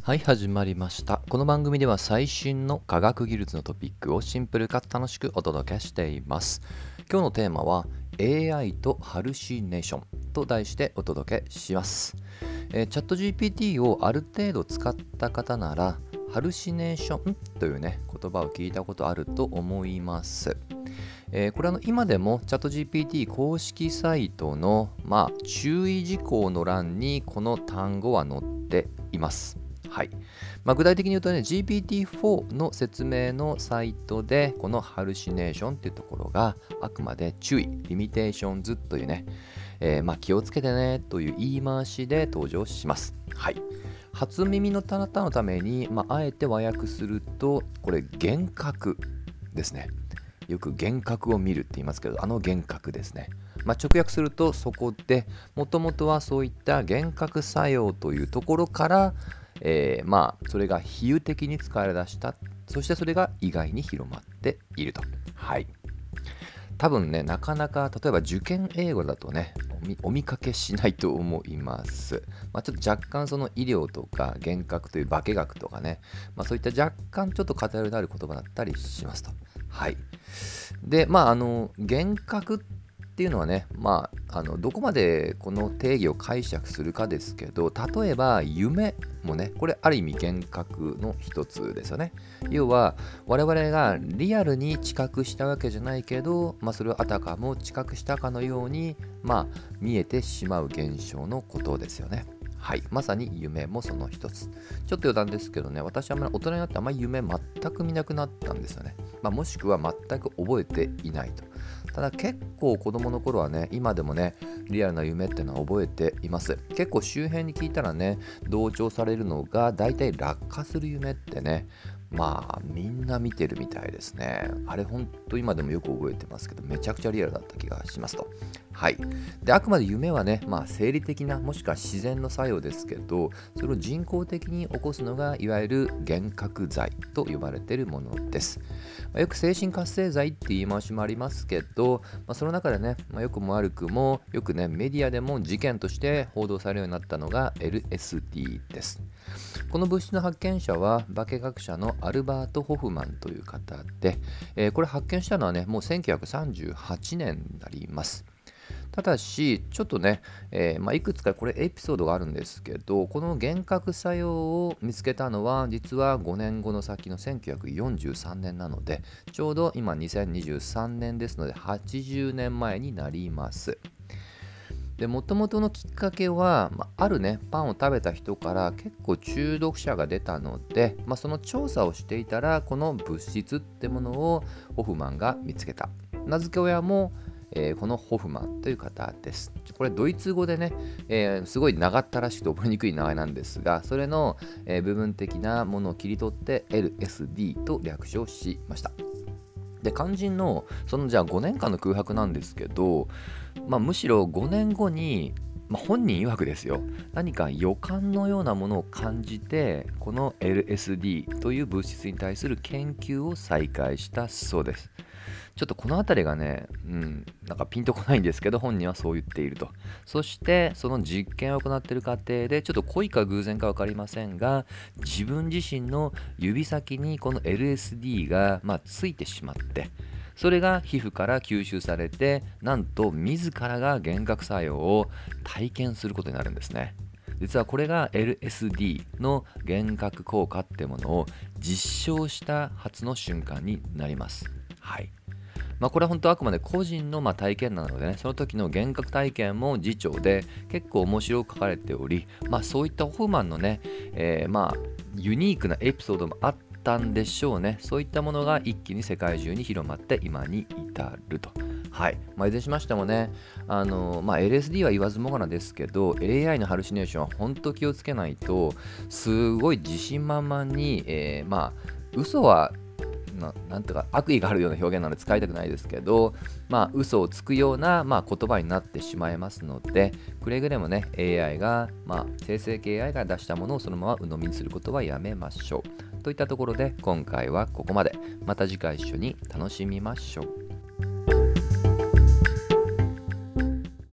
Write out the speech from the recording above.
はい、始まりました。この番組では最新の科学技術のトピックをシンプルかつ楽しくお届けしています。今日のテーマは AI とハルシネーションと題してお届けします。チャット GPT をある程度使った方ならハルシネーションというね言葉を聞いたことあると思います。これは今でもチャット GPT 公式サイトの、注意事項の欄にこの単語は載っています。はい。具体的に言うとね、GPT-4 の説明のサイトで、このハルシネーションっていうところが、あくまで注意、リミテーションズというね、気をつけてねという言い回しで登場します。はい。初耳の方のために、あえて和訳すると、これ、幻覚ですね。よく幻覚を見るって言いますけど、あの幻覚ですね。直訳すると、そこで、もともとはそういった幻覚作用というところから、それが比喩的に使われだした。そしてそれが意外に広まっていると。はい。多分ね、なかなか、例えば受験英語だとね、お見かけしないと思います。ちょっと若干その医療とか幻覚という化学とかね、そういった若干ちょっと偏りのある言葉だったりしますと。はい。で、幻覚っていうのはね、どこまでこの定義を解釈するかですけど、例えば夢もね、これある意味幻覚の一つですよね。要は我々がリアルに知覚したわけじゃないけど、それをあたかも知覚したかのように、見えてしまう現象のことですよね。はい、まさに夢もその一つ。ちょっと余談ですけどね、私は大人になってあんまり夢全く見なくなったんですよね。もしくは全く覚えていないと。ただ結構子供の頃はね、今でもね、リアルな夢っていうのは覚えています。結構周辺に聞いたらね、同調されるのが大体落下する夢ってね、みんな見てるみたいですね。あれほんと今でもよく覚えてますけど、めちゃくちゃリアルだった気がしますと。はい。で、あくまで夢はね、生理的なもしくは自然の作用ですけど、それを人工的に起こすのがいわゆる幻覚剤と呼ばれているものです。よく精神活性剤って言い回しもありますけど、その中でね、良くも悪くもよくねメディアでも事件として報道されるようになったのが LSD です。この物質の発見者は化学者のアルバート・ホフマンという方で、これ発見したのはねもう1938年になります。ただし、ちょっとね、いくつかこれエピソードがあるんですけど、この幻覚作用を見つけたのは、実は5年後の先の1943年なので、ちょうど今2023年ですので、80年前になります。で、もともとのきっかけは、あるね、パンを食べた人から結構中毒者が出たので、その調査をしていたら、この物質ってものをホフマンが見つけた。名付け親もこのホフマンという方です。これドイツ語でね、すごい長ったらしくて覚えにくい名前なんですが、それの、部分的なものを切り取って LSD と略称しました。で、肝心のそのじゃあ5年間の空白なんですけど、むしろ5年後に、本人曰くですよ、何か予感のようなものを感じて、この LSD という物質に対する研究を再開したそうです。ちょっとこの辺りがね、なんかピンとこないんですけど、本人はそう言っていると。そして、その実験を行っている過程で、ちょっと故意か偶然か分かりませんが、自分自身の指先にこの LSD が、ついてしまって、それが皮膚から吸収されて、なんと自らが幻覚作用を体験することになるんですね。実はこれが LSD の幻覚効果ってものを実証した初の瞬間になります。はい。これは本当あくまで個人の体験なのでね、その時の幻覚体験も次長で結構面白く書かれており、そういったホフマンのね、ユニークなエピソードもあったんでしょうね。そういったものが一気に世界中に広まって今に至ると。はい。いずれにしましてもね、LSD は言わずもがなですけど、AI のハルシネーションは本当気をつけないと、すごい自信満々に、嘘はなんとか悪意があるような表現なので使いたくないですけど、嘘をつくような、言葉になってしまいますので、くれぐれもね AI が、生成系 AI が出したものをそのまま鵜呑みにすることはやめましょうといったところで、今回はここまで。また次回一緒に楽しみましょう。